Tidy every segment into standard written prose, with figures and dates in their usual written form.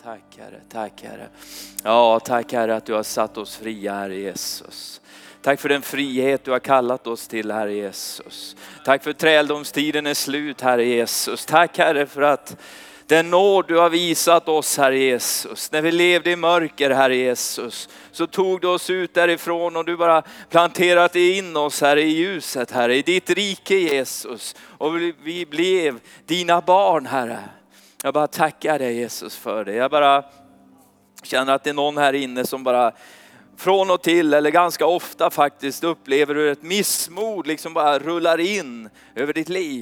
Tack Herre, tack Herre. Ja, tack Herre att du har satt oss fria, Herre Jesus. Tack för den frihet du har kallat oss till, Herre Jesus. Tack för träldomstiden är slut, Herre Jesus. Tack Herre för att den nåd du har visat oss, Herre Jesus. När vi levde i mörker, Herre Jesus, så tog du oss ut därifrån och du bara planterat in oss, Herre, i ljuset, Herre, i ditt rike, Jesus. Och vi blev dina barn, Herre. Jag bara tackar dig, Jesus, för det. Jag bara känner att det är någon här inne som bara från och till, eller ganska ofta faktiskt, upplever hur ett missmod liksom bara rullar in över ditt liv.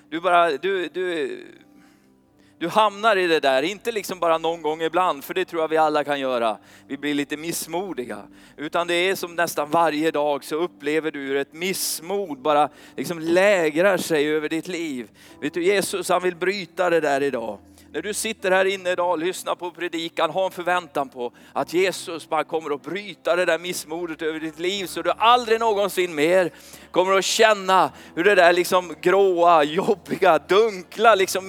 Du hamnar i det där, inte liksom bara någon gång ibland, för det tror jag vi alla kan göra. Vi blir lite missmodiga. Utan det är som nästan varje dag så upplever du hur ett missmod bara liksom lägrar sig över ditt liv. Vet du, Jesus han vill bryta det där idag. När du sitter här inne idag och lyssnar på predikan, ha en förväntan på att Jesus bara kommer att bryta det där missmodet över ditt liv. Så du aldrig någonsin mer kommer att känna hur det där liksom gråa, jobbiga, dunkla liksom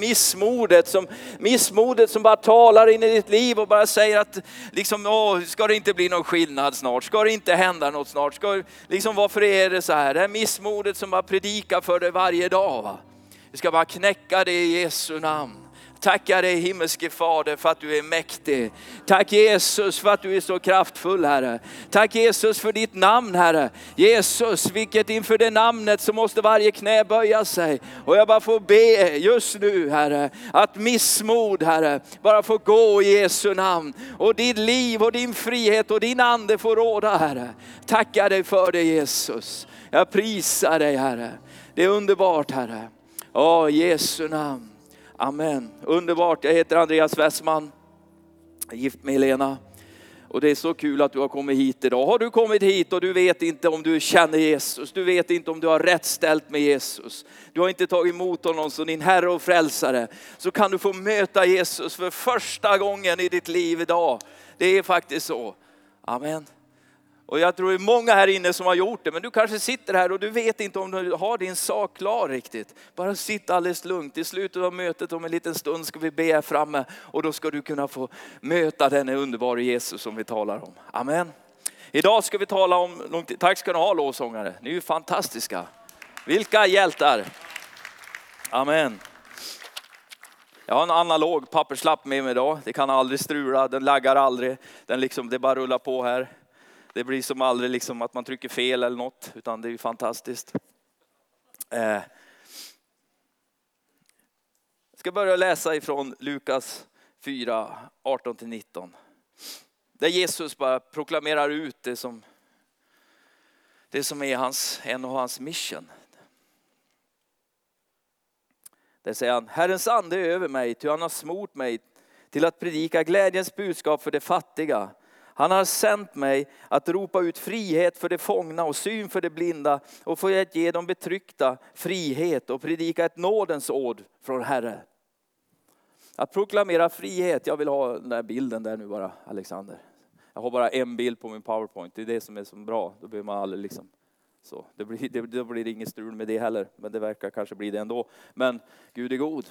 missmodet som bara talar in i ditt liv och bara säger att liksom, ska det inte bli någon skillnad snart? Ska det inte hända något snart? Varför är det så här? Det här missmodet som bara predikar för dig varje dag, va? Vi ska bara knäcka det i Jesu namn. Tackar dig himmelske Fader för att du är mäktig. Tack Jesus för att du är så kraftfull, Herre. Tack Jesus för ditt namn, Herre. Jesus, vilket inför det namnet så måste varje knä böja sig. Och jag bara får be just nu, Herre, att missmod, Herre, bara får gå i Jesu namn. Och ditt liv och din frihet och din ande får råda, Herre. Tackar dig för det, Jesus. Jag prisar dig, Herre. Det är underbart, Herre. Jesu namn. Amen. Underbart. Jag heter Andreas Westman. Jag är gift med Helena. Och det är så kul att du har kommit hit idag. Har du kommit hit och du vet inte om du känner Jesus. Du vet inte om du har rätt ställt med Jesus. Du har inte tagit emot honom som din Herre och frälsare. Så kan du få möta Jesus för första gången i ditt liv idag. Det är faktiskt så. Amen. Och jag tror det är många här inne som har gjort det. Men du kanske sitter här och du vet inte om du har din sak klar riktigt. Bara sitt alldeles lugnt. I slutet av mötet om en liten stund ska vi be här framme. Och då ska du kunna få möta den underbara Jesus som vi talar om. Amen. Idag ska vi tala om, tack ska ni ha lovsångare. Ni är ju fantastiska. Vilka hjältar. Amen. Jag har en analog papperslapp med mig idag. Det kan aldrig strula, den laggar aldrig. Det bara rullar på här. Det blir som aldrig liksom att man trycker fel eller något, utan det är ju fantastiskt. Jag ska börja läsa ifrån Lukas 4, 18-19. Där Jesus bara proklamerar ut det som är en av hans mission. Där säger han, Herrens ande är över mig, ty han har smort mig till att predika glädjens budskap för de fattiga. Han har sänt mig att ropa ut frihet för de fångna och syn för de blinda och för att ge dem betryckta frihet och predika ett nådens ord från Herre. Att proklamera frihet, jag vill ha den där bilden där nu bara, Alexander. Jag har bara en bild på min PowerPoint, det är det som är så bra. Då behöver man aldrig liksom så. Då blir det inget strul med det heller, men det verkar kanske bli det ändå. Men Gud är god.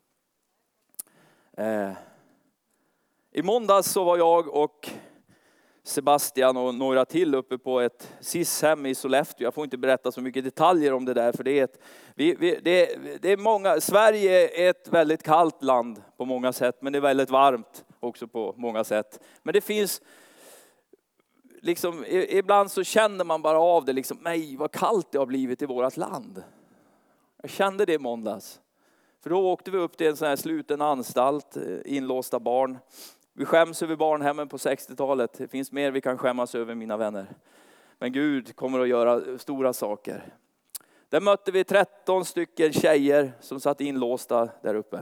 I måndags så var jag och Sebastian och några till uppe på ett SIS-hem i Sollefteå. Jag får inte berätta så mycket detaljer om det där, för det är många. Sverige är ett väldigt kallt land på många sätt, men det är väldigt varmt också på många sätt. Men det finns liksom, ibland så känner man bara av det liksom, nej vad kallt det har blivit i vårt land. Jag kände det i måndags. För då åkte vi upp till en sån här sluten anstalt, inlåsta barn. Vi skäms över barnhemmen på 60-talet. Det finns mer vi kan skämmas över, mina vänner. Men Gud kommer att göra stora saker. Där mötte vi 13 stycken tjejer som satt inlåsta där uppe.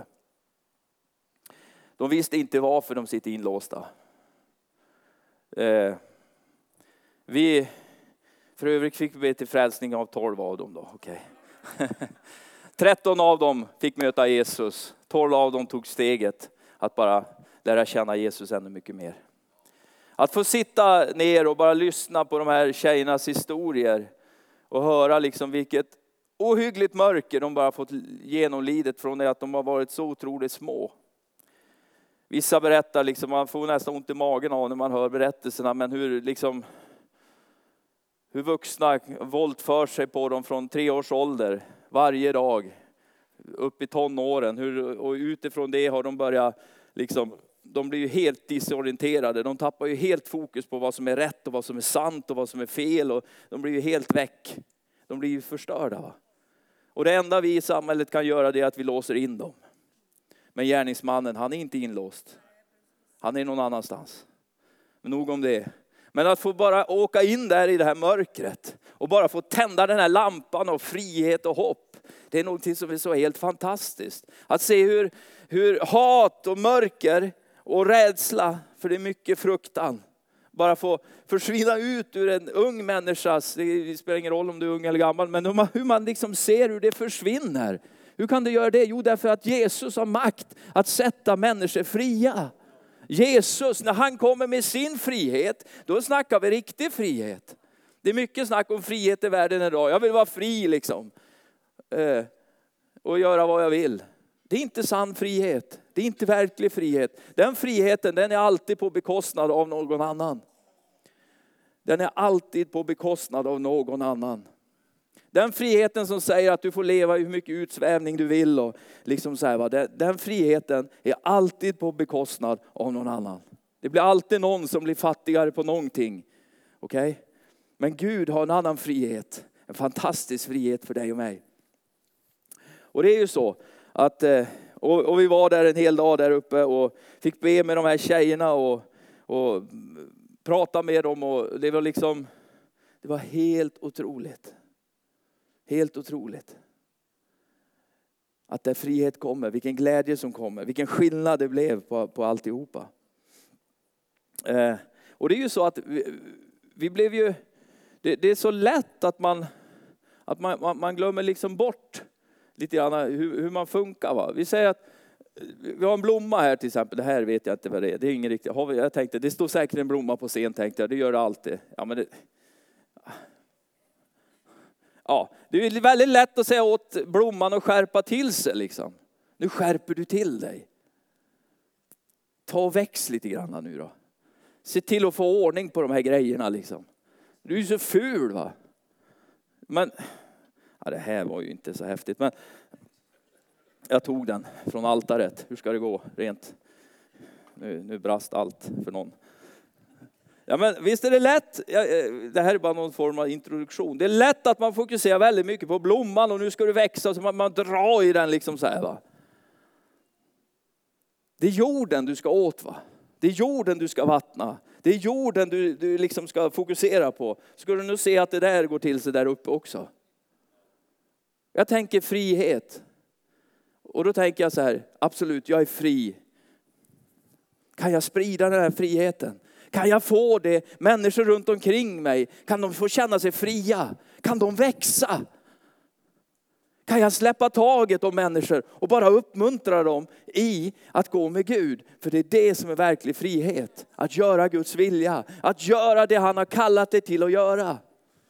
De visste inte varför de sitter inlåsta. För övrigt fick vi be till frälsning av 12 av dem då. Okay. 13 av dem fick möta Jesus. 12 av dem tog steget att bara lära känna Jesus ännu mycket mer. Att få sitta ner och bara lyssna på de här tjejernas historier. Och höra liksom vilket ohyggligt mörker de bara fått genomlidet från det att de har varit så otroligt små. Vissa berättar, liksom, man får nästan ont i magen av när man hör berättelserna, men hur vuxna våldför sig på dem från 3 års ålder varje dag upp i tonåren. Och utifrån det har de börjat, de blir ju helt disorienterade. De tappar ju helt fokus på vad som är rätt och vad som är sant och vad som är fel. Och de blir ju helt väck. De blir ju förstörda. Va? Och det enda vi i samhället kan göra, det är att vi låser in dem. Men gärningsmannen, han är inte inlåst. Han är någon annanstans. Men nog om det. Men att få bara åka in där i det här mörkret. Och bara få tända den här lampan av frihet och hopp. Det är någonting som är så helt fantastiskt. Att se hur hat och mörker och rädsla, för det är mycket fruktan, bara få försvinna ut ur en ung människas, det spelar ingen roll om du är ung eller gammal, men hur man liksom ser hur det försvinner. Hur kan det göra det? Jo, därför att Jesus har makt att sätta människor fria. Jesus, när han kommer med sin frihet, då snackar vi riktig frihet. Det är mycket snack om frihet i världen idag. Jag vill vara fri och göra vad jag vill. Det är inte sann frihet. Det är inte verklig frihet. Den friheten, den är alltid på bekostnad av någon annan. Den är alltid på bekostnad av någon annan. Den friheten som säger att du får leva i hur mycket utsvävning du vill. Och den friheten är alltid på bekostnad av någon annan. Det blir alltid någon som blir fattigare på någonting. Okej? Men Gud har en annan frihet. En fantastisk frihet för dig och mig. Och det är ju så att, och vi var där en hel dag där uppe och fick be med de här tjejerna och prata med dem. Och det var helt otroligt. Helt otroligt. Att där frihet kommer, vilken glädje som kommer, vilken skillnad det blev på alltihopa. Och det är ju så att vi blev ju, det är så lätt att man glömmer bort lite grann hur man funkar. Va? Vi säger att vi har en blomma här till exempel. Det här vet jag inte vad det är. Det är ingen riktigt. Jag tänkte, det står säkert en blomma på scen, tänkte jag. Det gör det alltid. Det är väldigt lätt att säga åt blomman att skärpa till sig. Nu skärper du till dig. Ta och väx lite grann nu då. Se till att få ordning på de här grejerna. Du är ju så ful, va. Men det här var ju inte så häftigt. Men jag tog den från altaret. Hur ska det gå rent? Nu brast allt för någon. Ja, men visst är det lätt. Det här är bara någon form av introduktion. Det är lätt att man fokuserar väldigt mycket på blomman. Och nu ska du växa. Så man drar i den så här, va. Det är jorden du ska åt, va. Det är jorden du ska vattna. Det är jorden du ska fokusera på. Ska du nu se att det där går till sig där uppe också. Jag tänker frihet. Och då tänker jag så här, absolut, jag är fri. Kan jag sprida den här friheten? Kan jag få det? Människor runt omkring mig, kan de få känna sig fria? Kan de växa? Kan jag släppa taget om människor och bara uppmuntra dem i att gå med Gud? För det är det som är verklig frihet. Att göra Guds vilja. Att göra det han har kallat dig till att göra.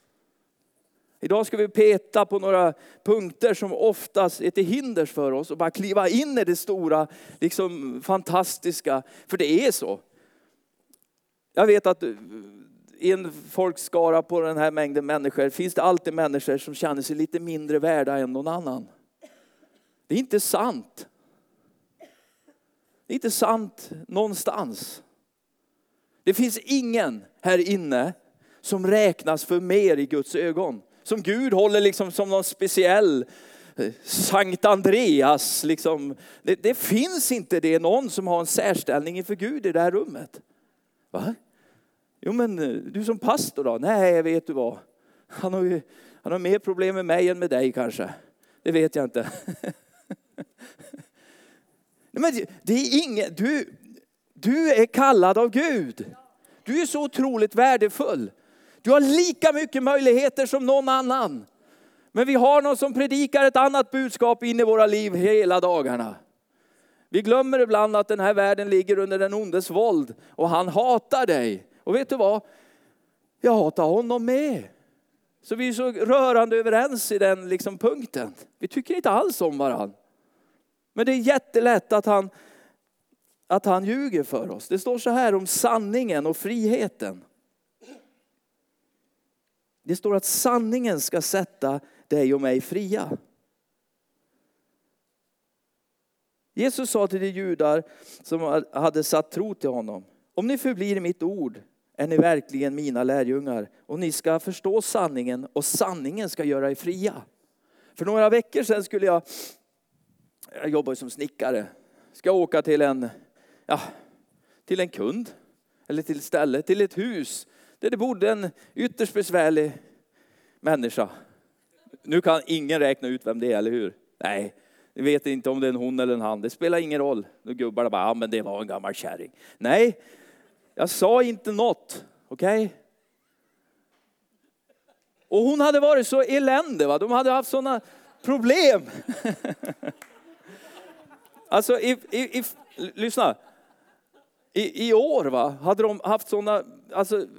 Idag ska vi peta på några punkter som oftast är till hinders för oss. Och bara kliva in i det stora, fantastiska. För det är så. Jag vet att i en folkskara på den här mängden människor finns det alltid människor som känner sig lite mindre värda än någon annan. Det är inte sant. Det är inte sant någonstans. Det finns ingen här inne som räknas för mer i Guds ögon. Som Gud håller som någon speciell Sankt Andreas. Det finns inte det någon som har en särställning inför Gud i det här rummet. Va? Jo, men du som pastor då? Nej, vet du vad? Han har mer problem med mig än med dig kanske. Det vet jag inte. Men det är inget. Du är kallad av Gud. Du är så otroligt värdefull. Du har lika mycket möjligheter som någon annan. Men vi har någon som predikar ett annat budskap in i våra liv hela dagarna. Vi glömmer ibland att den här världen ligger under den ondes våld. Och han hatar dig. Och vet du vad? Jag hatar honom med. Så vi är så rörande överens i den punkten. Vi tycker inte alls om varandra. Men det är jättelätt att han att han ljuger för oss. Det står så här om sanningen och friheten. Det står att sanningen ska sätta dig och mig fria. Jesus sa till de judar som hade satt tro till honom: om ni förblir i mitt ord är ni verkligen mina lärjungar. Och ni ska förstå sanningen och sanningen ska göra er fria. För några veckor sedan skulle jag jobbar som snickare. Ska åka till en kund. Eller till ett ställe, till ett hus. Där det bodde en ytterst besvärlig människa. Nu kan ingen räkna ut vem det är, eller hur? Nej, ni vet inte om det är en hon eller en han. Det spelar ingen roll. Nu gubbarna bara, men det var en gammal kärring. Nej, jag sa inte något. Okej? Och hon hade varit så eländig, va? De hade haft sådana problem. Alltså, lyssna. I år, va, hade de haft sådana, alltså,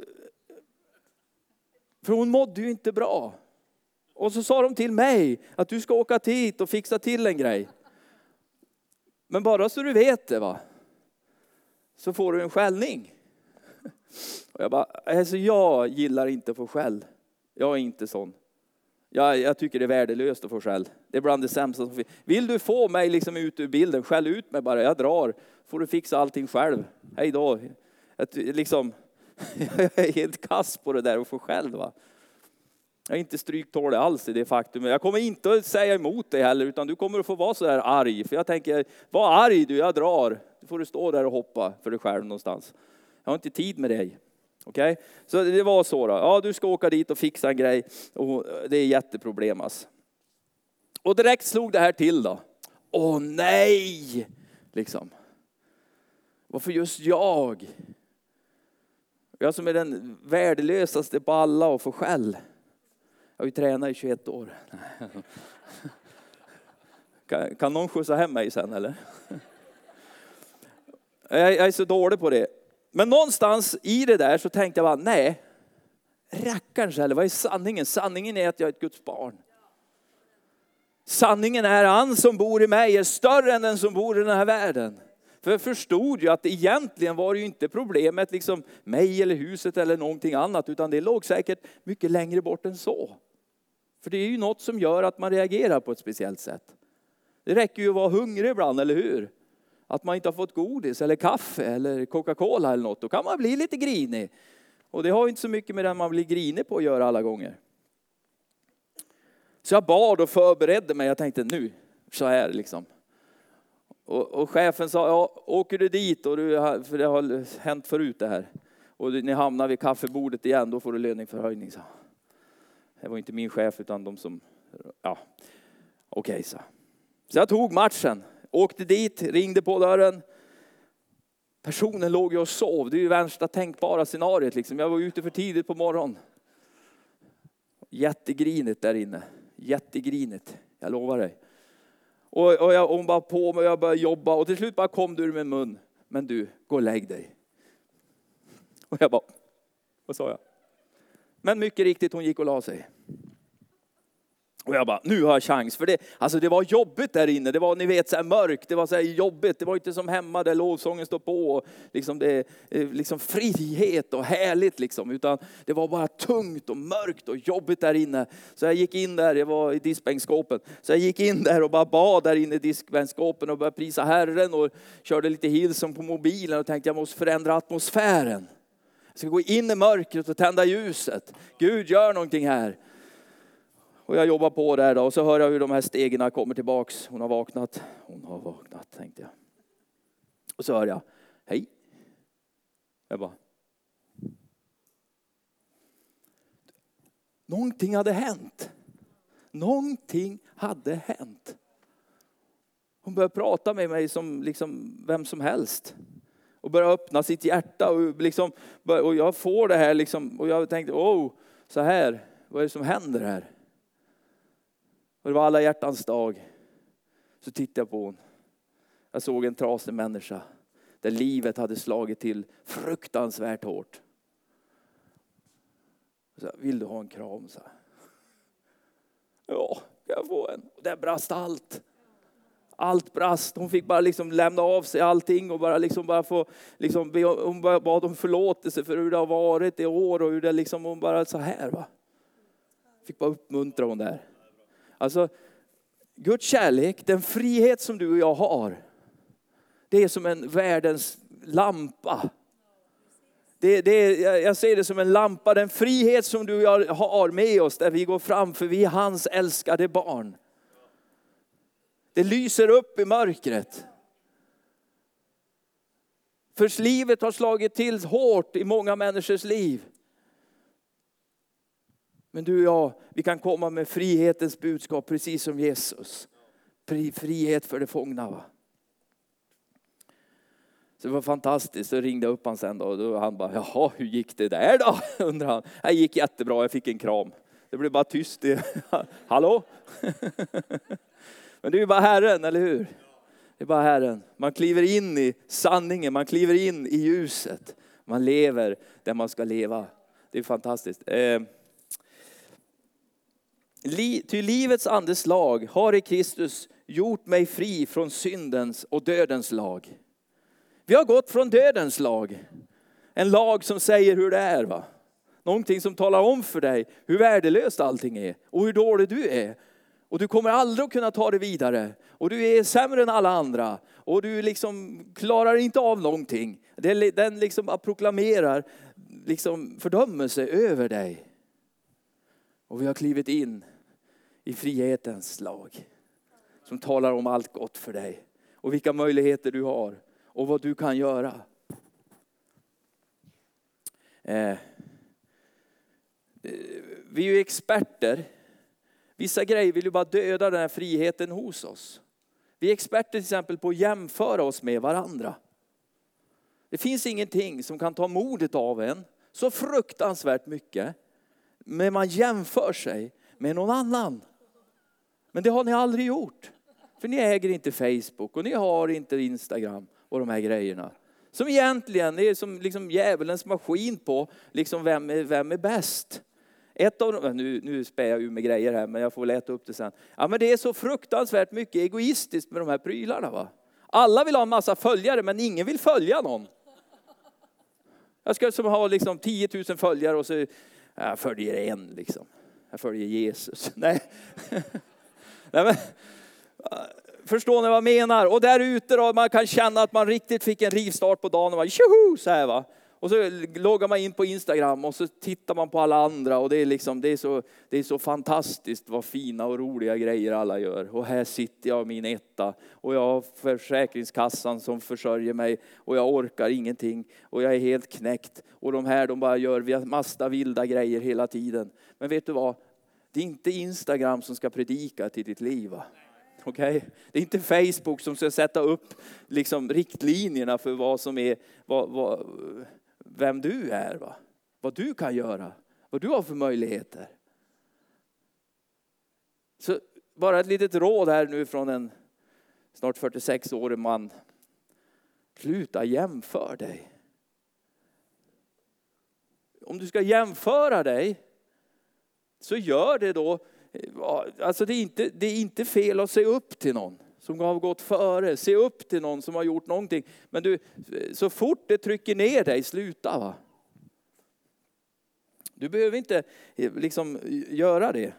för hon mådde ju inte bra. Och så sa de till mig att du ska åka hit och fixa till en grej. Men bara så du vet det, va, så får du en skällning. Och jag bara, alltså jag gillar inte att få skäll. Jag är inte sån. Jag tycker det är värdelöst att få skäll. Det är bland det sämsta som finns. Vill du få mig liksom ut ur bilden, skäll ut mig bara. Jag drar. Får du fixa allting själv. Hej då. Jag är helt kass på det där att få skäll, va. Jag är inte stryktålig alls i det faktum. Jag kommer inte att säga emot dig heller. Utan du kommer att få vara så där arg. För jag tänker, var arg du, jag drar. Då får du stå där och hoppa för dig själv någonstans. Jag har inte tid med dig. Okej? Så det var så då. Ja, du ska åka dit och fixa en grej. Och det är jätteproblem alltså. Och direkt slog det här till då. Åh nej! Liksom. Varför just jag? Jag som är den värdelösaste på alla och får skäll. Jag har ju tränat i 21 år. Kan någon skjutsa hem mig sen eller? Jag är så dålig på det. Men någonstans i det där så tänkte jag bara, nej. Rackarns eller vad är sanningen? Sanningen är att jag är ett Guds barn. Sanningen är att han som bor i mig är större än den som bor i den här världen. För jag förstod ju att egentligen var det ju inte problemet liksom mig eller huset eller någonting annat. Utan det låg säkert mycket längre bort än så. För det är ju något som gör att man reagerar på ett speciellt sätt. Det räcker ju att vara hungrig ibland, eller hur? Att man inte har fått godis eller kaffe eller Coca-Cola eller något. Då kan man bli lite grinig. Och det har ju inte så mycket med det man blir grinig på att göra alla gånger. Så jag bad och förberedde mig. Jag tänkte nu, så här liksom. Och chefen sa, ja, åker du dit, och för det har hänt förut det här. Och ni hamnar vid kaffebordet igen, då får du löneförhöjning. Så. Det var inte min chef utan de som, ja, okej så. Så jag tog matchen, åkte dit, ringde på dörren. Personen låg ju och sov, det är ju värsta tänkbara scenariet liksom. Jag var ute för tidigt på morgonen. Jättegrinigt där inne, jättegrinigt, jag lovar dig. Och hon bara på mig och jag började jobba. Och till slut bara kom du ur min mun. Men du, gå och lägg dig. Och jag bara, vad sa jag? Men mycket riktigt, hon gick och la sig. Och jag bara, nu har jag chans. För det var jobbigt där inne. Det var, ni vet, så här mörkt. Det var så här jobbigt. Det var inte som hemma där lovsången står på. Och liksom det liksom frihet och härligt liksom. Utan det var bara tungt och mörkt och jobbigt där inne. Så jag gick in där, jag var i diskbänkskåpen. Så jag gick in där och bara bad där inne i diskbänkskåpen. Och började prisa Herren och körde lite Hillsong på mobilen. Och tänkte jag måste förändra atmosfären. Jag ska gå in i mörkret och tända ljuset. Gud, gör någonting här. Och jag jobbar på där då. Och så hör jag hur de här stegen kommer tillbaks. Hon har vaknat. Hon har vaknat, tänkte jag. Och så hör jag, hej. Jag bara. Någonting hade hänt. Någonting hade hänt. Hon började prata med mig som liksom vem som helst. Och började öppna sitt hjärta. Och jag får det här liksom. Och jag tänkte, så här. Vad är det som händer här? Och det var alla hjärtans dag. Så tittade jag på hon. Jag såg en trasig människa. Där livet hade slagit till fruktansvärt hårt. Så, vill du ha en kram? Så. Ja, jag får en. Och där brast allt. Allt brast. Hon fick bara liksom lämna av sig allting och bara få liksom hon bad om förlåtelse för hur det har varit i år och hur det liksom hon bara så här va. Fick bara uppmuntra hon där. Alltså Guds kärlek, den frihet som du och jag har. Det är som en världens lampa. Jag ser det som en lampa, den frihet som du och jag har med oss där vi går fram för vi är hans älskade barn. Det lyser upp i mörkret. För livet har slagit till hårt i många människors liv. Men du och jag, vi kan komma med frihetens budskap precis som Jesus. Frihet för det fångna va. Så det var fantastiskt. Så ringde jag upp han sen då. Och då han bara, jaha hur gick det där då? Undrar han. Det gick jättebra, jag fick en kram. Det blev bara tyst. Hallå? Men det är ju bara Herren, eller hur? Det är bara Herren. Man kliver in i sanningen, man kliver in i ljuset. Man lever där man ska leva. Det är fantastiskt. Ty livets andes lag har i Kristus gjort mig fri från syndens och dödens lag. Vi har gått från dödens lag. En lag som säger hur det är va. Någonting som talar om för dig hur värdelöst allting är. Och hur dålig du är. Och du kommer aldrig att kunna ta det vidare. Och du är sämre än alla andra. Och du liksom klarar inte av någonting. Den liksom bara proklamerar liksom fördömelse över dig. Och vi har klivit in i frihetens lag. Som talar om allt gott för dig. Och vilka möjligheter du har. Och vad du kan göra. Vi är ju experter. Vissa grejer vill ju bara döda den här friheten hos oss. Vi är experter till exempel på att jämföra oss med varandra. Det finns ingenting som kan ta modet av en så fruktansvärt mycket. Men man jämför sig med någon annan. Men det har ni aldrig gjort. För ni äger inte Facebook och ni har inte Instagram och de här grejerna. Som egentligen är som liksom djävulens maskin på liksom vem är bäst. Ett av dem, nu spär jag ju med grejer här men jag får äta upp det sen. Ja men det är så fruktansvärt mycket egoistiskt med de här prylarna va. Alla vill ha en massa följare men ingen vill följa någon. Jag ska som ha liksom 10 000 följare och så jag följer en liksom. Jag följer Jesus. Nej. Nej men, förstår ni vad jag menar? Och där ute då man kan känna att man riktigt fick en rivstart på dagen och man tjoho så här va. Och så loggar man in på Instagram och så tittar man på alla andra och det är liksom det är så fantastiskt vad fina och roliga grejer alla gör. Och här sitter jag min etta och jag har Försäkringskassan som försörjer mig och jag orkar ingenting och jag är helt knäckt och de bara gör massa vilda grejer hela tiden. Men vet du vad? Det är inte Instagram som ska predika till ditt liv va? Okay? Det är inte Facebook som ska sätta upp liksom riktlinjerna för vad som är vem du är va? Vad du kan göra, vad du har för möjligheter. Så bara ett litet råd här nu från en snart 46-årig man. Sluta jämför dig. Om du ska jämföra dig så gör det då. Alltså det är inte fel att se upp till någon som har gått före. Se upp till någon som har gjort någonting. Men du, så fort det trycker ner dig, sluta va. Du behöver inte liksom göra det.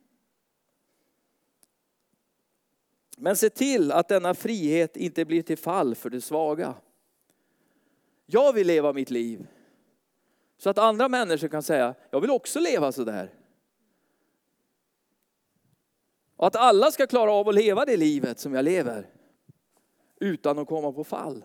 Men se till att denna frihet inte blir till fall för det svaga. Jag vill leva mitt liv. Så att andra människor kan säga, jag vill också leva så där. Och att alla ska klara av att leva det livet som jag lever. Utan att komma på fall.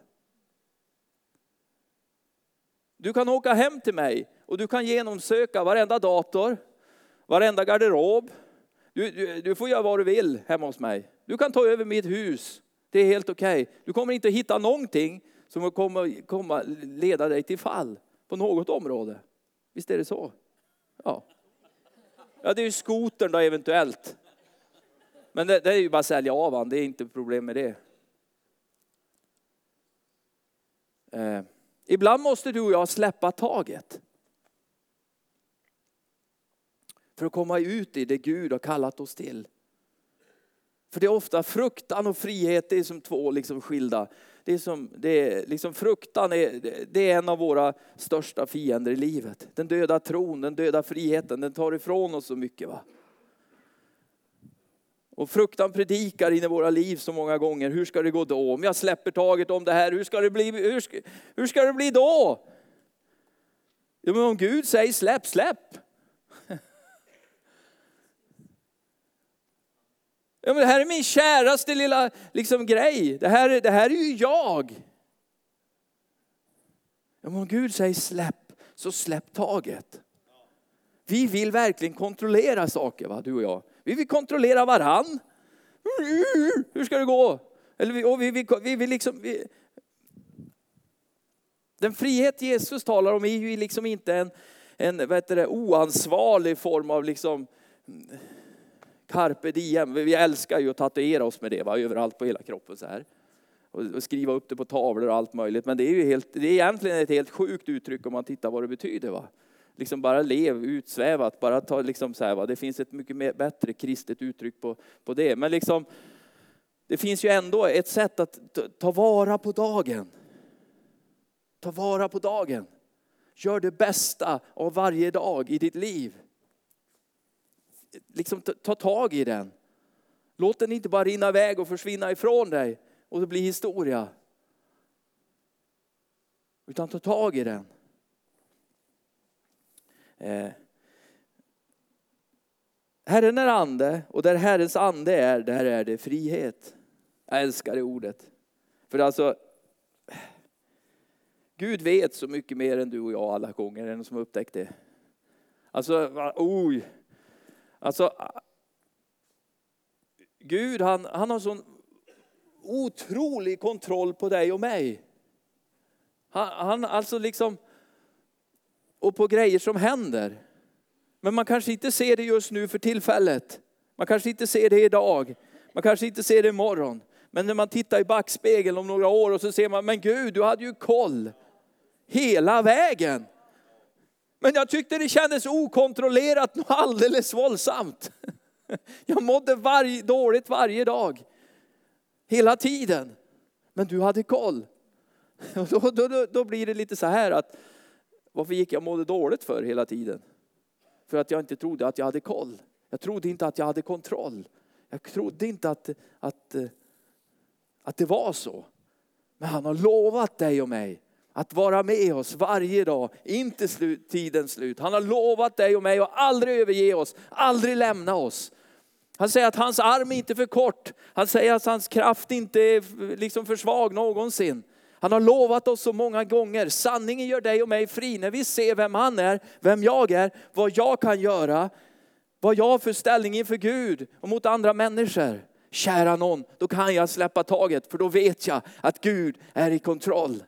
Du kan åka hem till mig och du kan genomsöka varenda dator. Varenda garderob. Du får göra vad du vill hemma hos mig. Du kan ta över mitt hus. Det är helt okej. Du kommer inte hitta någonting som kommer leda dig till fall. På något område. Visst är det så? Ja. Ja det är ju skotern då eventuellt. Men det är ju bara att sälja av han. Det är inte problem med det. Ibland måste du och jag släppa taget. För att komma ut i det Gud har kallat oss till. För det är ofta fruktan och frihet, det är som två liksom skilda. Fruktan är en av våra största fiender i livet. Den döda tron, den döda friheten, den tar ifrån oss så mycket, va. Och fruktan predikar in i våra liv så många gånger. Hur ska det gå då? Om jag släpper taget om det här, hur ska det bli då? Ja, men om Gud säger släpp. Ja, men det här är min käraste lilla liksom grej. Det här är ju jag. Ja, men om Gud säger släpp, så släpp taget. Vi vill verkligen kontrollera saker, va, du och jag. Vi vill kontrollera varann. Hur ska det gå? Eller vi liksom... Den frihet Jesus talar om är ju liksom inte en oansvarig form av liksom carpe diem. Vi älskar ju att tatuera oss med det, va, överallt på hela kroppen så här. Och skriva upp det på tavlor och allt möjligt. Men det är egentligen ett helt sjukt uttryck om man tittar vad det betyder, va. Liksom bara lev utsvävat, bara ta liksom så här, va. Det finns ett mycket bättre kristet uttryck på det. Men liksom, det finns ju ändå ett sätt att ta vara på dagen. Ta vara på dagen. Gör det bästa av varje dag i ditt liv. Liksom ta tag i den. Låt den inte bara rinna iväg och försvinna ifrån dig och det blir historia. Utan ta tag i den. Herren är ande, och där Herrens ande är, där är det frihet. Jag älskar det ordet. För alltså, Gud vet så mycket mer än du och jag alla gånger. Än som har upptäckt det. Alltså, Gud han har sån otrolig kontroll på dig och mig. Han alltså liksom, och på grejer som händer. Men man kanske inte ser det just nu för tillfället. Man kanske inte ser det idag. Man kanske inte ser det imorgon. Men när man tittar i backspegeln om några år och så ser man, men Gud, du hade ju koll hela vägen. Men jag tyckte det kändes okontrollerat och alldeles våldsamt. Jag mådde dåligt varje dag. Hela tiden. Men du hade koll. Och då blir det lite så här att, varför gick jag mådde dåligt för hela tiden? För att jag inte trodde att jag hade koll. Jag trodde inte att jag hade kontroll. Jag trodde inte att det var så. Men han har lovat dig och mig att vara med oss varje dag. Inte tidens slut. Han har lovat dig och mig att aldrig överge oss. Aldrig lämna oss. Han säger att hans arm är inte för kort. Han säger att hans kraft inte är liksom för svag någonsin. Han har lovat oss så många gånger. Sanningen gör dig och mig fri. När vi ser vem han är, vem jag är, vad jag kan göra. Vad jag har för ställning inför Gud och mot andra människor. Kära någon, då kan jag släppa taget. För då vet jag att Gud är i kontroll.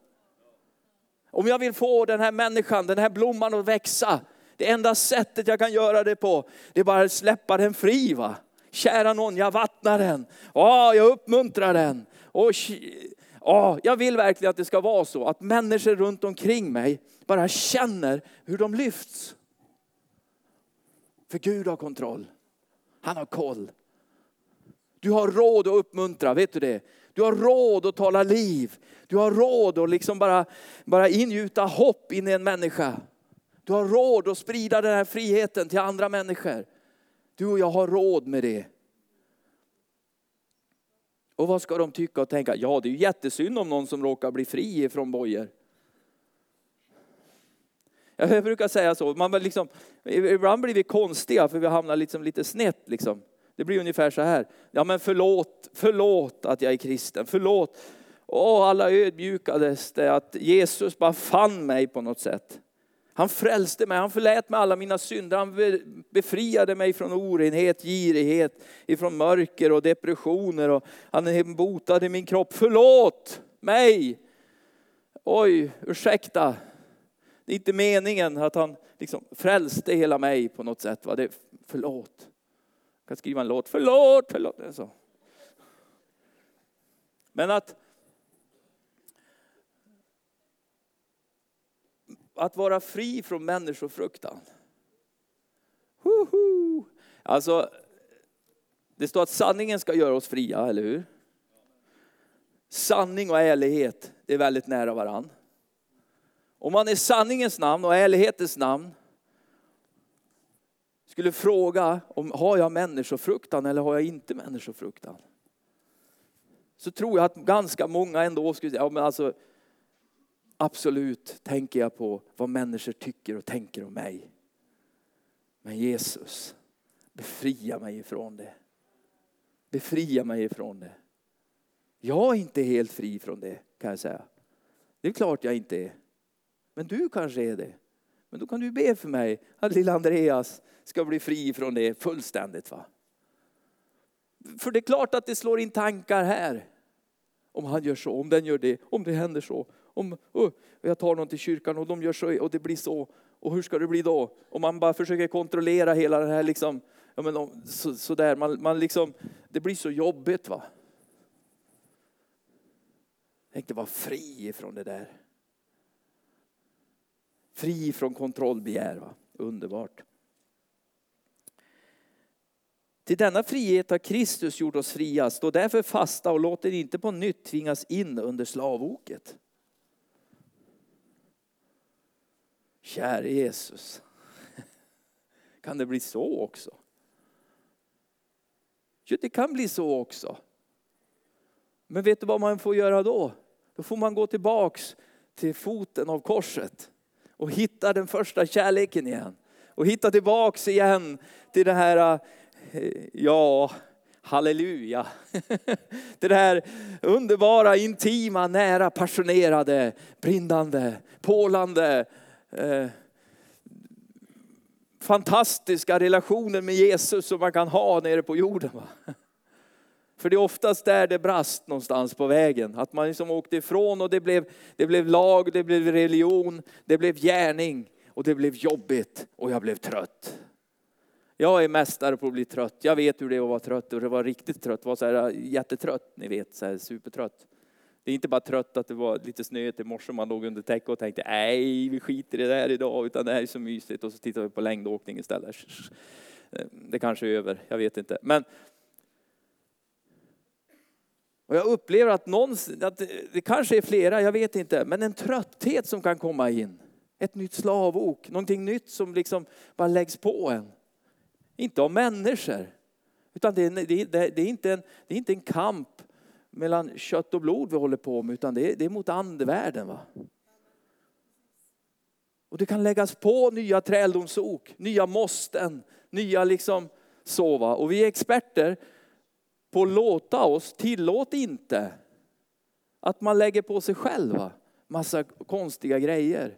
Om jag vill få den här människan, den här blomman att växa. Det enda sättet jag kan göra det på, det är bara att släppa den fri, va. Kära någon, jag vattnar den. Jag uppmuntrar den. Jag vill verkligen att det ska vara så. Att människor runt omkring mig bara känner hur de lyfts. För Gud har kontroll. Han har koll. Du har råd att uppmuntra, vet du det? Du har råd att tala liv. Du har råd att liksom bara ingjuta hopp in i en människa. Du har råd att sprida den här friheten till andra människor. Du och jag har råd med det. Och vad ska de tycka och tänka? Ja, det är ju jättesynd om någon som råkar bli fri från bojor. Jag brukar säga så. Ibland blir vi konstiga för vi hamnar liksom lite snett. Liksom. Det blir ungefär så här. Ja, men förlåt att jag är kristen. Förlåt. Alla ödmjukades det att Jesus bara fann mig på något sätt. Han frälste mig, han förlät mig alla mina synder. Han befriade mig från orenhet, girighet, ifrån mörker och depressioner. Och han botade min kropp. Förlåt mig! Oj, ursäkta. Det är inte meningen att han liksom frälste hela mig på något sätt. Va? Det är förlåt. Jag kan skriva en låt. Förlåt. Det är så. Men att vara fri från människofruktan. Alltså, Det står att sanningen ska göra oss fria, eller hur? Sanning och ärlighet är väldigt nära varann. Om man i sanningens namn och ärlighetens namn skulle fråga om har jag människofruktan eller har jag inte människofruktan? Så tror jag att ganska många ändå skulle säga, ja men alltså absolut tänker jag på vad människor tycker och tänker om mig. Men Jesus, befria mig ifrån det. Befria mig ifrån det. Jag är inte helt fri från det, kan jag säga. Det är klart jag inte är. Men du kanske är det. Men då kan du be för mig att lilla Andreas ska bli fri från det fullständigt, va? För det är klart att det slår in tankar här. Om han gör så, om den gör det, om det händer så. Om jag tar någon till kyrkan och de gör så och det blir så. Och hur ska det bli då? Om man bara försöker kontrollera hela det här liksom. Ja, men så där, man liksom, det blir så jobbigt, va? Tänk dig vara fri från det där. Fri från kontrollbegär, va? Underbart. Till denna frihet har Kristus gjort oss fria. Stå därför fasta och låt er inte på nytt tvingas in under slavoket. Käre Jesus. Kan det bli så också? Ja, det kan bli så också. Men vet du vad man får göra då? Då får man gå tillbaks till foten av korset. Och hitta den första kärleken igen. Och hitta tillbaks igen till det här, ja, halleluja. Till det här underbara, intima, nära, passionerade, brinnande, pålande, fantastiska relationer med Jesus som man kan ha nere på jorden, va? För det är oftast där det brast någonstans på vägen. Att man liksom åkte ifrån och det blev lag, det blev religion, det blev gärning och det blev jobbigt och jag blev trött. Jag är mästare på att bli trött. Jag vet hur det är att vara trött och det var riktigt trött. Det var så här jättetrött, ni vet, så här supertrött. Det är inte bara trött att det var lite snöigt i morse, man låg under täcket och tänkte nej, vi skiter i det där idag, utan det här är så mysigt, och så tittar vi på längdåkning istället. Det kanske är över, jag vet inte. Men och jag upplever att det kanske är flera, jag vet inte, men en trötthet som kan komma in. Ett nytt slavok, någonting nytt som liksom bara läggs på en. Inte av människor, utan det är inte en kamp mellan kött och blod vi håller på med, utan det är mot andevärlden, va? Och det kan läggas på nya träldomsok, nya måsten, nya liksom sova. Och vi är experter på att låta oss, tillåt inte att man lägger på sig själva massa konstiga grejer.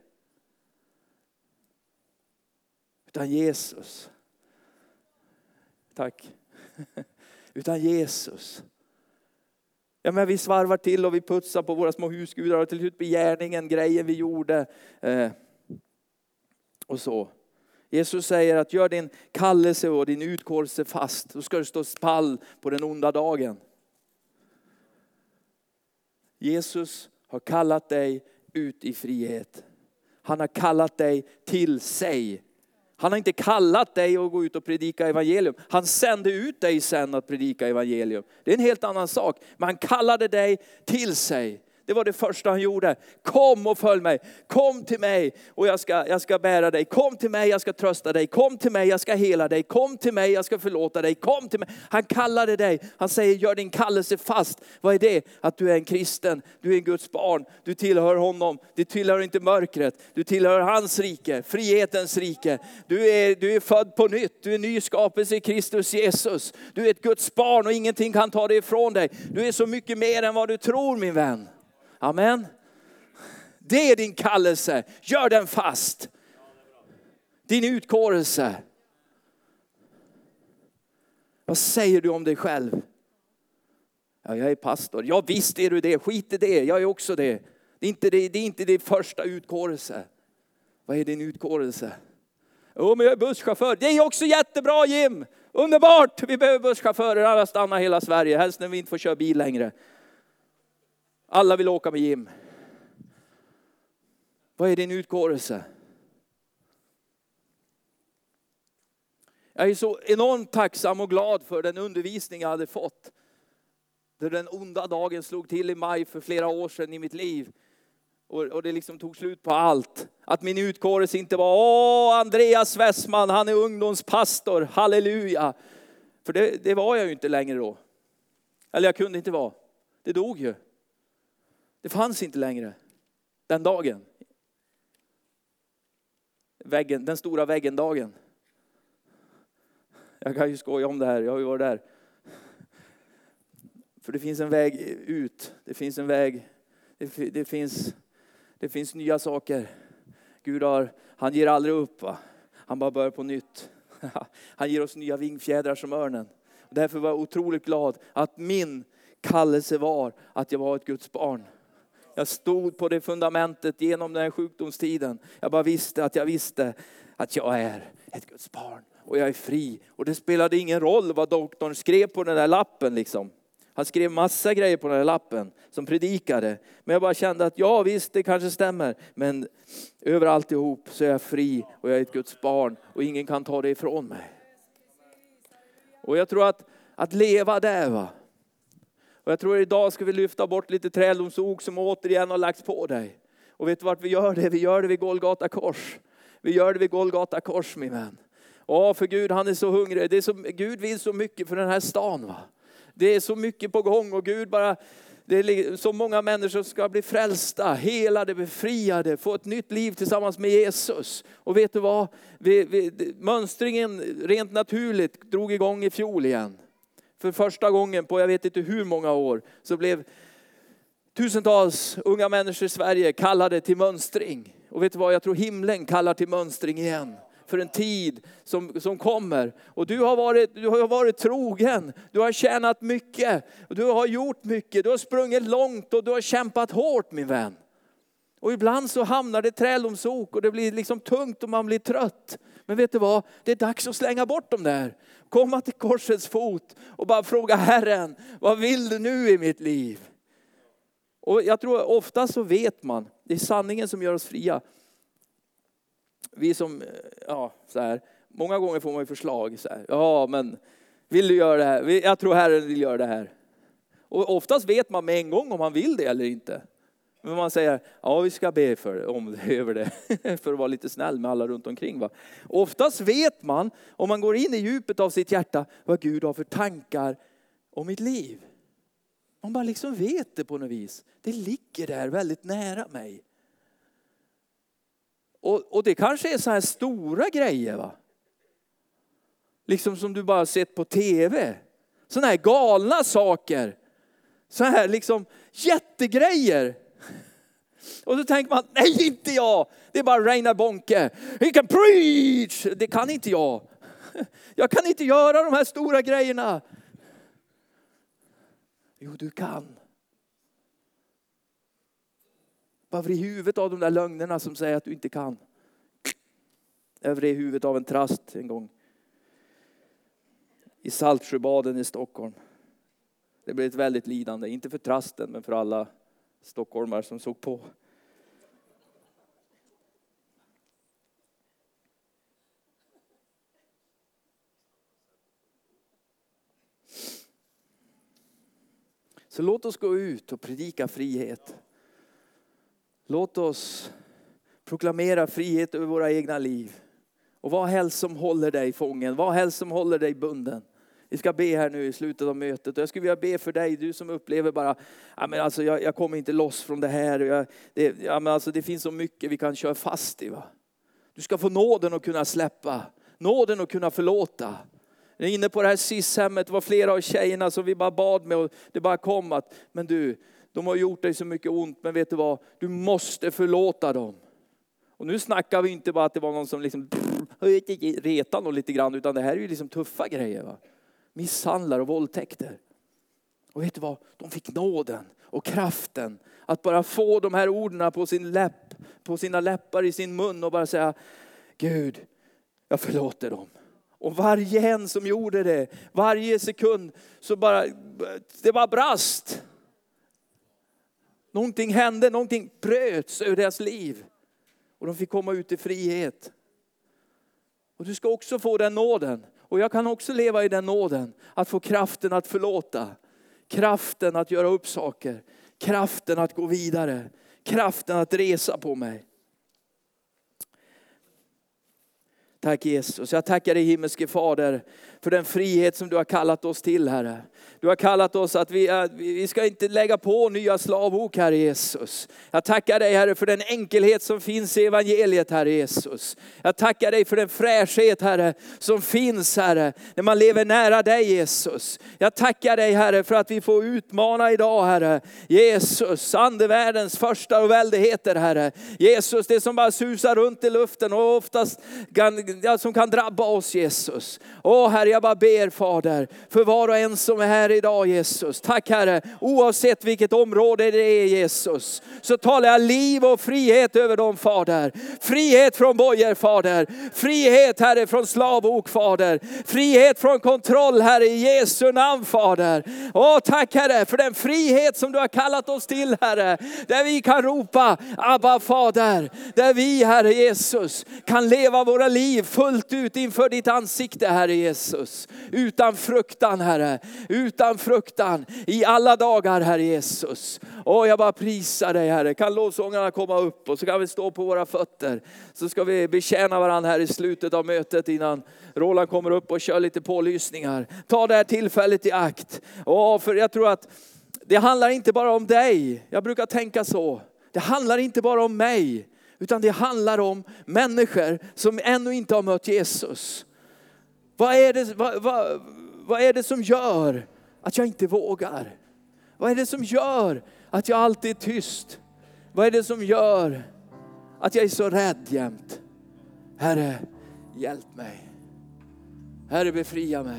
Utan Jesus. Tack. Utan Jesus. Ja, men vi svarvar till och vi putsar på våra små husgudar och till slut begärningen, grejen vi gjorde. Och så. Jesus säger att gör din kallelse och din utkårelse fast. Då ska du stå pall på den onda dagen. Jesus har kallat dig ut i frihet. Han har kallat dig till sig. Han har inte kallat dig att gå ut och predika evangelium. Han sände ut dig sen att predika evangelium. Det är en helt annan sak. Men han kallade dig till sig. Det var det första han gjorde. Kom och följ mig. Kom till mig och jag ska bära dig. Kom till mig, jag ska trösta dig. Kom till mig, jag ska hela dig. Kom till mig, jag ska förlåta dig. Kom till mig. Han kallade dig. Han säger, gör din kallelse fast. Vad är det? Att du är en kristen. Du är en Guds barn. Du tillhör honom. Du tillhör inte mörkret. Du tillhör hans rike. Frihetens rike. Du är född på nytt. Du är ny skapelse i Kristus Jesus. Du är ett Guds barn och ingenting kan ta det ifrån dig. Du är så mycket mer än vad du tror, min vän. Amen. Det är din kallelse. Gör den fast. Din utkårelse. Vad säger du om dig själv? Ja, jag är pastor. Ja, visst är du det. Skit i det. Jag är också det. Det är inte det första utkårelse. Vad är din utkårelse? Men jag är busschaufför. Det är också jättebra, Jim. Underbart. Vi behöver busschaufförer. Alla stannar hela Sverige. Helst när vi inte får köra bil längre. Alla vill åka med Jim. Vad är din utkårelse? Jag är så enormt tacksam och glad för den undervisning jag hade fått. Där den onda dagen slog till i maj för flera år sedan i mitt liv. Och det liksom tog slut på allt. Att min utkårelse inte var, Andreas Westman, han är ungdomspastor, halleluja. För det var jag ju inte längre då. Eller jag kunde inte vara. Det dog ju. Det fanns inte längre den dagen. Den stora väggen-dagen. Jag kan ju skoja om det här, jag har ju varit där. För det finns en väg ut. Det finns en väg. Det finns nya saker. Gud han ger aldrig upp, va? Han bara börjar på nytt. Han ger oss nya vingfjädrar som örnen. Och därför var jag otroligt glad att min kallelse var att jag var ett Guds barn. Jag stod på det fundamentet genom den här sjukdomstiden. Jag bara visste att jag är ett Guds barn. Och jag är fri. Och det spelade ingen roll vad doktorn skrev på den där lappen liksom. Han skrev massa grejer på den här lappen som predikade. Men jag bara kände att ja visst, det kanske stämmer. Men över alltihop så är jag fri och jag är ett Guds barn. Och ingen kan ta det ifrån mig. Och jag tror att leva där, va. Och jag tror att idag ska vi lyfta bort lite träldomsok som återigen har lagts på dig. Och vet du vart vi gör det? Vi gör det vid Golgata kors. Vi gör det vid Golgata kors, min vän. För Gud, han är så hungrig. Gud vill så mycket för den här stan, va. Det är så mycket på gång och Gud bara, det är så många människor som ska bli frälsta, helade, befriade, få ett nytt liv tillsammans med Jesus. Och vet du vad? Mönstringen rent naturligt drog igång i fjol igen. För första gången på jag vet inte hur många år så blev tusentals unga människor i Sverige kallade till mönstring. Och vet du vad? Jag tror himlen kallar till mönstring igen. För en tid som kommer. Och du har varit trogen. Du har tjänat mycket. Och du har gjort mycket. Du har sprungit långt och du har kämpat hårt, min vän. Och ibland så hamnar det träldomsok och det blir liksom tungt och man blir trött. Men vet du vad? Det är dags att slänga bort dem där. Komma till korsets fot och bara fråga Herren, vad vill du nu i mitt liv? Och jag tror ofta så vet man. Det är sanningen som gör oss fria. Vi som, så här, många gånger får man ju förslag så här, men vill du göra det här? Jag tror Herren vill göra det här. Och oftast vet man med en gång om man vill det eller inte. Men man säger, vi ska be över det. För att vara lite snäll med alla runt omkring, va. Oftast vet man, om man går in i djupet av sitt hjärta, vad Gud har för tankar om mitt liv. Man bara liksom vet det på något vis. Det ligger där väldigt nära mig. Och det kanske är så här stora grejer, va. Liksom som du bara sett på tv. Såna här galna saker. Så här liksom jättegrejer. Och så tänker man, nej inte jag. Det är bara Reinhard Bonke. He can preach. Det kan inte jag. Jag kan inte göra de här stora grejerna. Jo, du kan. Bara vrid huvudet av de där lögnerna som säger att du inte kan. Jag vred huvudet av en trast en gång. I Saltsjöbaden i Stockholm. Det blev ett väldigt lidande. Inte för trasten men för alla stockholmare som såg på. Så låt oss gå ut och predika frihet. Låt oss proklamera frihet över våra egna liv. Och vad helst som håller dig fången. Vad helst som håller dig bunden. Vi ska be här nu i slutet av mötet. Och jag skulle vilja be för dig. Du som upplever bara. Jag kommer inte loss från det här. Det finns så mycket vi kan köra fast i, va. Du ska få nåden att kunna släppa. Nåden att kunna förlåta. Jag är inne på det här SIS-hemmet. Det var flera av tjejerna som vi bara bad med. Och det bara kom att. Men du. De har gjort dig så mycket ont. Men vet du vad? Du måste förlåta dem. Och nu snackar vi inte bara att det var någon som liksom retar någon lite grann. Utan det här är ju liksom tuffa grejer, va. Misshandlar och våldtäkter. Och vet du vad? De fick nåden och kraften. Att bara få de här orden på sin läpp. På sina läppar i sin mun. Och bara säga. Gud, jag förlåter dem. Och varje en som gjorde det. Varje sekund. Så bara. Det bara brast. Någonting hände. Någonting bröts över deras liv. Och de fick komma ut i frihet. Och du ska också få den nåden. Och jag kan också leva i den nåden att få kraften att förlåta. Kraften att göra upp saker. Kraften att gå vidare. Kraften att resa på mig. Tack Jesus. Jag tackar dig himmelske Fader för den frihet som du har kallat oss till, Herre. Du har kallat oss att vi ska inte lägga på nya slavok, Herre Jesus. Jag tackar dig, Herre, för den enkelhet som finns i evangeliet, Herre Jesus. Jag tackar dig för den fräschhet, Herre, som finns, Herre, när man lever nära dig, Jesus. Jag tackar dig, Herre, för att vi får utmana idag, Herre. Jesus, andevärldens första och väldigheter, Herre. Jesus, det som bara susar runt i luften och oftast som kan drabba oss, Jesus. Herre, jag bara ber, Fader, för var och en som är här idag, Jesus. Tack, Herre, oavsett vilket område det är, Jesus, så talar jag liv och frihet över dem, Fader. Frihet från bojor, Fader. Frihet, Herre, från slavok, Fader. Frihet från kontroll, Herre, i Jesu namn, Fader. Tack, Herre, för den frihet som du har kallat oss till, Herre. Där vi kan ropa, Abba, Fader. Där vi, Herre Jesus, kan leva våra liv fullt ut inför ditt ansikte, Herre Jesus. Utan fruktan, Herre. Utan fruktan i alla dagar, Herre Jesus. Jag bara prisar dig, Herre. Kan lovsångarna komma upp och så kan vi stå på våra fötter. Så ska vi betjäna varandra här i slutet av mötet innan Roland kommer upp och kör lite pålysningar. Ta det här tillfället i akt. För jag tror att det handlar inte bara om dig. Jag brukar tänka så. Det handlar inte bara om mig. Utan det handlar om människor som ännu inte har mött Jesus. Vad är det som gör att jag inte vågar? Vad är det som gör att jag alltid är tyst? Vad är det som gör att jag är så rädd jämt? Herre, hjälp mig. Herre, befria mig.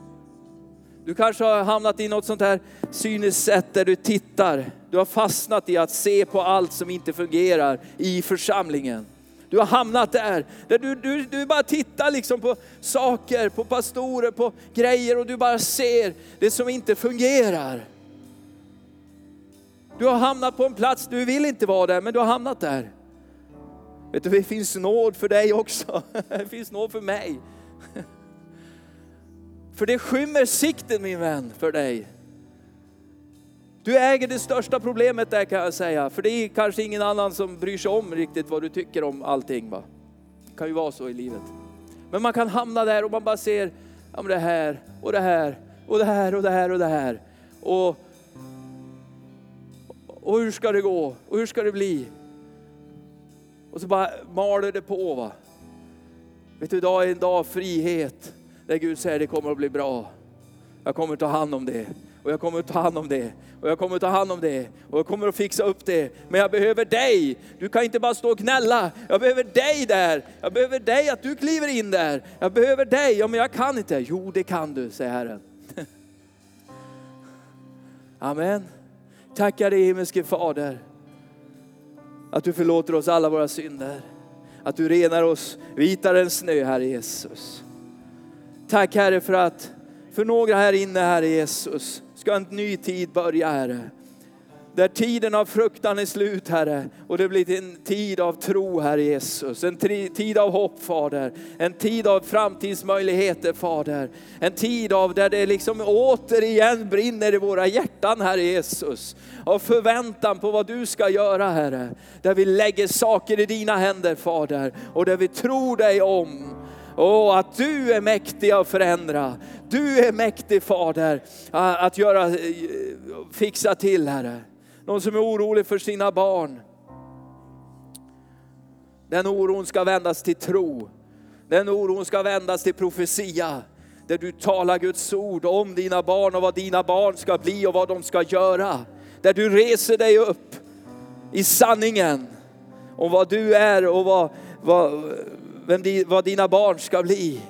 Du kanske har hamnat i något sånt här cyniskt sätt där du tittar. Du har fastnat i att se på allt som inte fungerar i församlingen. Du har hamnat där du bara tittar liksom på saker, på pastorer, på grejer och du bara ser det som inte fungerar. Du har hamnat på en plats, du vill inte vara där, men du har hamnat där. Vet du, det finns nåd för dig också. Det finns nåd för mig. För det skymmer sikten, min vän, för dig. Du äger det största problemet där, kan jag säga. För det är kanske ingen annan som bryr sig om riktigt vad du tycker om allting, va? Det kan ju vara så i livet. Men man kan hamna där och man bara ser det här och det här och det här och det här och det här. Och hur ska det gå? Och hur ska det bli? Och så bara maler det på, va? Vet du, idag är en dag av frihet. Där Gud säger det kommer att bli bra. Jag kommer att ta hand om det. Och jag kommer att ta hand om det. Och jag kommer att ta hand om det. Och jag kommer att fixa upp det. Men jag behöver dig. Du kan inte bara stå och gnälla. Jag behöver dig där. Jag behöver dig att du kliver in där. Jag behöver dig. Ja, men jag kan inte. Jo, det kan du, säger Herren. Amen. Tackar dig, himmelske Fader. Att du förlåter oss alla våra synder. Att du renar oss vitare än snö, Herre Jesus. Tack, Herre, för att för några här inne, Herre Jesus, ska en ny tid börja, Herre. Där tiden av fruktan är slut, Herre. Och det blir en tid av tro, Herre Jesus. En tid av hopp, Fader. En tid av framtidsmöjligheter, Fader. En tid av där det liksom återigen brinner i våra hjärtan, Herre Jesus. Av förväntan på vad du ska göra, Herre. Där vi lägger saker i dina händer, Fader. Och där vi tror dig om. Att du är mäktig att förändra. Du är mäktig, Fader, att fixa till, Herre. Någon som är orolig för sina barn. Den oron ska vändas till tro. Den oron ska vändas till profetia. Där du talar Guds ord om dina barn och vad dina barn ska bli och vad de ska göra. Där du reser dig upp i sanningen om vad du är och vad dina barn ska bli.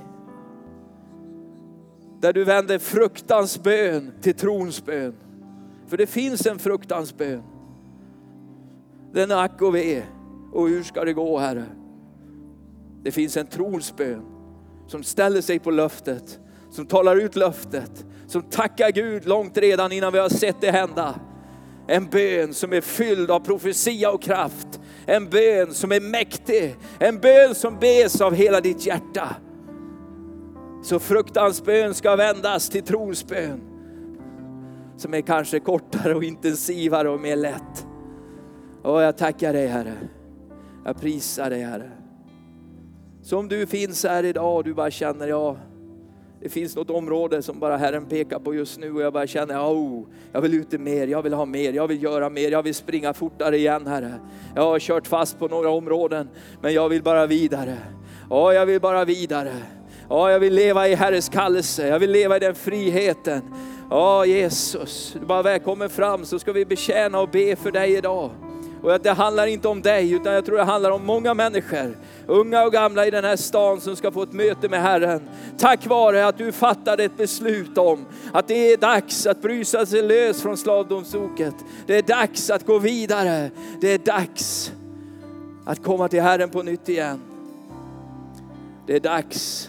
Där du vänder fruktans bön till trons bön. För det finns en fruktans bön. Den är ack och ve. Och hur ska det gå, Herre? Det finns en trons bön. Som ställer sig på löftet. Som talar ut löftet. Som tackar Gud långt redan innan vi har sett det hända. En bön som är fylld av profetia och kraft. En bön som är mäktig. En bön som bes av hela ditt hjärta. Så fruktans bön ska vändas till trons bön. Som är kanske kortare och intensivare och mer lätt. Och jag tackar dig, Herre. Jag prisar dig, Herre. Som du finns här idag och du bara känner, ja, det finns något område som bara Herren pekar på just nu. Och jag bara känner, jag vill ute mer, jag vill ha mer, jag vill göra mer, jag vill springa fortare igen, Herre. Jag har kört fast på några områden, men jag vill bara vidare. Ja, jag vill bara vidare. Ja, jag vill leva i Herres kallelse, jag vill leva i den friheten. Ja, Jesus, du bara välkommen fram så ska vi betjäna och be för dig idag. Och det handlar inte om dig, utan jag tror det handlar om många människor, unga och gamla i den här stan, som ska få ett möte med Herren. Tack vare att du fattade ett beslut om att det är dags att bryta sig lös från slavdomsoket. Det är dags att gå vidare. Det är dags att komma till Herren på nytt igen. Det är dags.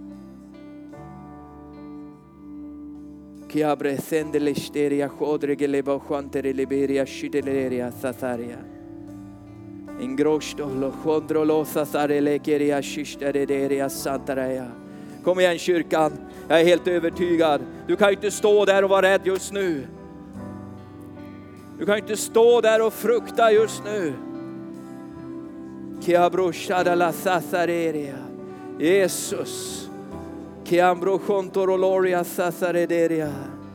Kiabre sendelisteria chodregeleba chantere liberia shideleria satharia. Ingrosto lo chondrolo satharelekeria shishterederia santaria. Kom igen kyrkan, jag är helt övertygad. Du kan inte stå där och vara rädd just nu. Du kan inte stå där och frukta just nu. Kiabro shadala sathareria. Jesus. Kiambro chontoroloria satharederia.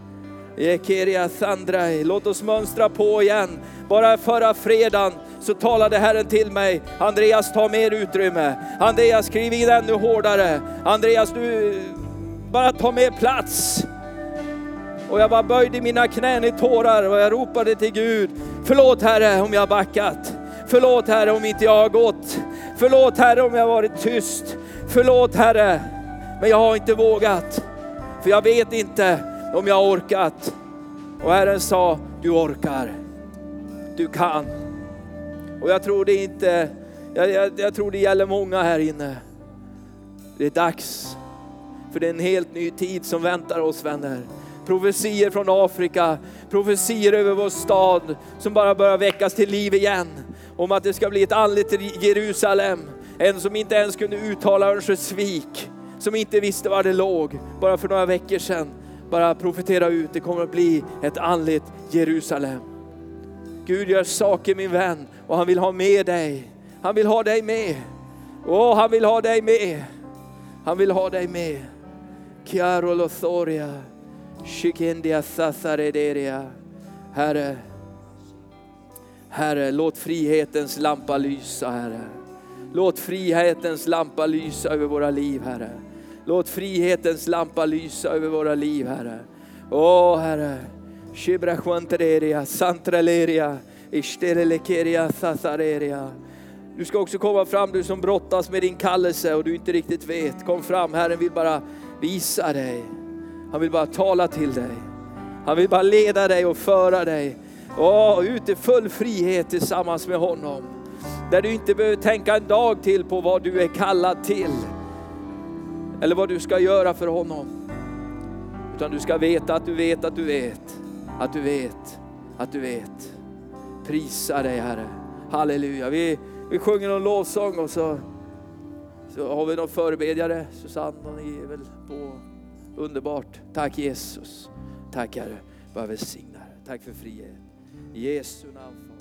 Ekeria sandrai. Låt oss mönstra på igen. Bara förra fredagen så talade Herren till mig. Andreas, ta mer utrymme. Andreas, skriv in ännu hårdare. Andreas, du bara ta mer plats. Och jag bara böjde mina knän i tårar och jag ropade till Gud. Förlåt Herre om jag har backat. Förlåt Herre om inte jag har gått. Förlåt Herre om jag har varit tyst. Förlåt Herre. Men jag har inte vågat. För jag vet inte om jag har orkat. Och Herren sa, du orkar. Du kan. Och jag tror det inte, jag tror det gäller många här inne. Det är dags. För det är en helt ny tid som väntar oss, vänner. Profetier från Afrika. Profetier över vår stad. Som bara börjar väckas till liv igen. Om att det ska bli ett andligt Jerusalem. En som inte ens kunde uttala Örnsköldsvik. Som inte visste var det låg. Bara för några veckor sedan. Bara profetera ut. Det kommer att bli ett andligt Jerusalem. Gud gör saker, min vän. Och han vill ha med dig. Han vill ha dig med. Han vill ha dig med. Han vill ha dig med. Chiaro lothoria. Shikendia sasarederia. Herre. Herre, låt frihetens lampa lysa, Herre. Låt frihetens lampa lysa över våra liv, Herre. Låt frihetens lampa lysa över våra liv, Herre. Herre. Shibra chantreria, santraleria, isterelekeria, sasareria. Du ska också komma fram, du som brottas med din kallelse och du inte riktigt vet. Kom fram, Herren vill bara visa dig. Han vill bara tala till dig. Han vill bara leda dig och föra dig. Ut i full frihet tillsammans med honom. Där du inte behöver tänka en dag till på vad du är kallad till. Eller vad du ska göra för honom. Utan du ska veta att du vet att du vet. Att du vet. Att du vet. Prisa dig, Herre. Halleluja. Vi sjunger någon lovsång och så har vi någon förebedjare. Susanne, ni är väl på. Underbart. Tack Jesus. Tack Herre. Bara välsigna. Tack för frihet. I Jesu namn.